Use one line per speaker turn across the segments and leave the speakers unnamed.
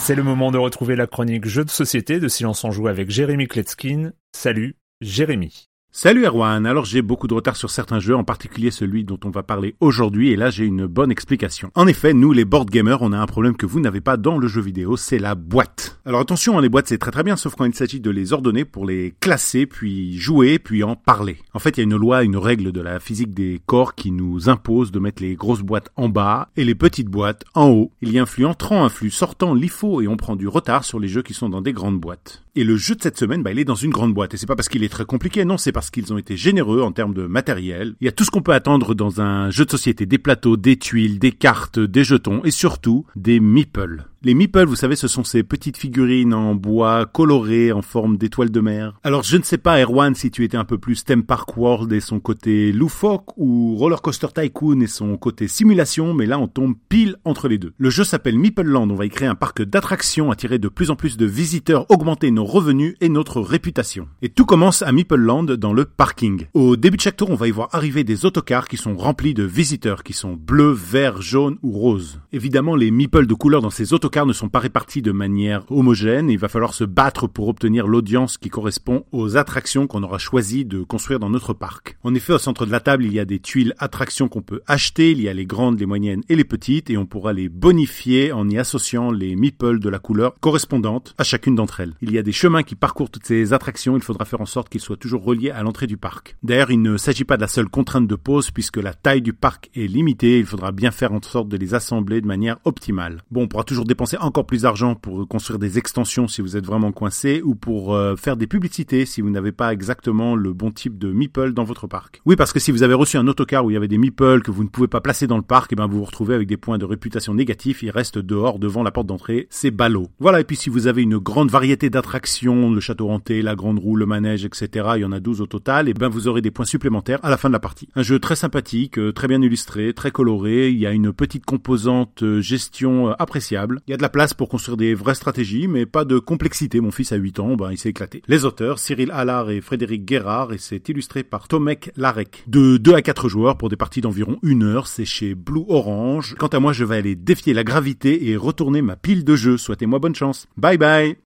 C'est le moment de retrouver la chronique Jeux de société de Silence on Joue avec Jérémy Kletzkin. Salut, Jérémy.
Salut Erwan, alors j'ai beaucoup de retard sur certains jeux, en particulier celui dont on va parler aujourd'hui, et là j'ai une bonne explication. En effet, nous les board gamers, on a un problème que vous n'avez pas dans le jeu vidéo, c'est la boîte. Alors attention, les boîtes c'est très bien, sauf quand il s'agit de les ordonner pour les classer, puis jouer, puis en parler. En fait, il y a une loi, une règle de la physique des corps qui nous impose de mettre les grosses boîtes en bas et les petites boîtes en haut. Il y a un flux entrant, un flux sortant, l'IFO, et on prend du retard sur les jeux qui sont dans des grandes boîtes. Et le jeu de cette semaine, il est dans une grande boîte. Et c'est pas parce qu'il est très compliqué, non, c'est parce qu'ils ont été généreux en termes de matériel. Il y a tout ce qu'on peut attendre dans un jeu de société, des plateaux, des tuiles, des cartes, des jetons et surtout des meeples. Les meeples, vous savez, ce sont ces petites figurines en bois colorées en forme d'étoiles de mer. Alors je ne sais pas, Erwan, si tu étais un peu plus Theme Park World et son côté loufoque ou Roller Coaster Tycoon et son côté simulation, mais là on tombe pile entre les deux. Le jeu s'appelle Meeple Land, on va y créer un parc d'attractions, attirer de plus en plus de visiteurs, augmenter nos revenus et notre réputation. Et tout commence à Meeple Land dans le parking. Au début de chaque tour, on va y voir arriver des autocars qui sont remplis de visiteurs, qui sont bleus, verts, jaunes ou roses. Évidemment, les meeples de couleur dans ces autocars ne sont pas répartis de manière homogène, et il va falloir se battre pour obtenir l'audience qui correspond aux attractions qu'on aura choisi de construire dans notre parc. En effet, au centre de la table, il y a des tuiles attractions qu'on peut acheter, il y a les grandes, les moyennes et les petites, et on pourra les bonifier en y associant les meeples de la couleur correspondante à chacune d'entre elles. Il y a des chemins qui parcourent toutes ces attractions, il faudra faire en sorte qu'ils soient toujours reliés à l'entrée du parc. D'ailleurs, il ne s'agit pas de la seule contrainte de pause, puisque la taille du parc est limitée, il faudra bien faire en sorte de les assembler de manière optimale. Bon, on pourra toujours dépenser encore plus d'argent pour construire des extensions si vous êtes vraiment coincé, ou pour faire des publicités si vous n'avez pas exactement le bon type de meeple dans votre parc. Oui, parce que si vous avez reçu un autocar où il y avait des meeples que vous ne pouvez pas placer dans le parc, et vous vous retrouvez avec des points de réputation négatifs, ils restent dehors devant la porte d'entrée, c'est ballot. Voilà, et puis si vous avez une grande variété d'attractions, le château hanté, la grande roue, le manège, etc., il y en a 12 au total, et vous aurez des points supplémentaires à la fin de la partie. Un jeu très sympathique, très bien illustré, très coloré, il y a une petite composante gestion appréciable. Il y a de la place pour construire des vraies stratégies, mais pas de complexité. Mon fils a 8 ans, il s'est éclaté. Les auteurs, Cyril Allard et Frédéric Guérard, et c'est illustré par Tomek Larek. De 2 à 4 joueurs pour des parties d'environ 1 heure, c'est chez Blue Orange. Quant à moi, je vais aller défier la gravité et retourner ma pile de jeux. Souhaitez-moi bonne chance. Bye bye!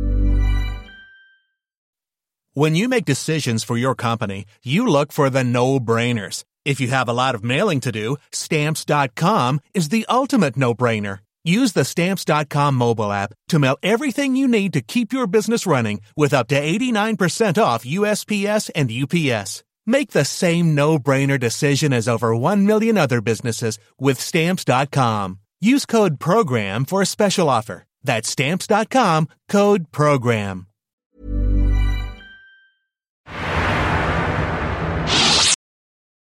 When you make decisions for your company, you look for the no-brainers. If you have a lot of mailing to do, Stamps.com is the ultimate no-brainer. Use the Stamps.com mobile app to mail everything you need to keep your business running with up to 89% off USPS and UPS. Make the same no-brainer decision as over 1 million other businesses with Stamps.com. Use code PROGRAM for a special offer. That's Stamps.com, code PROGRAM.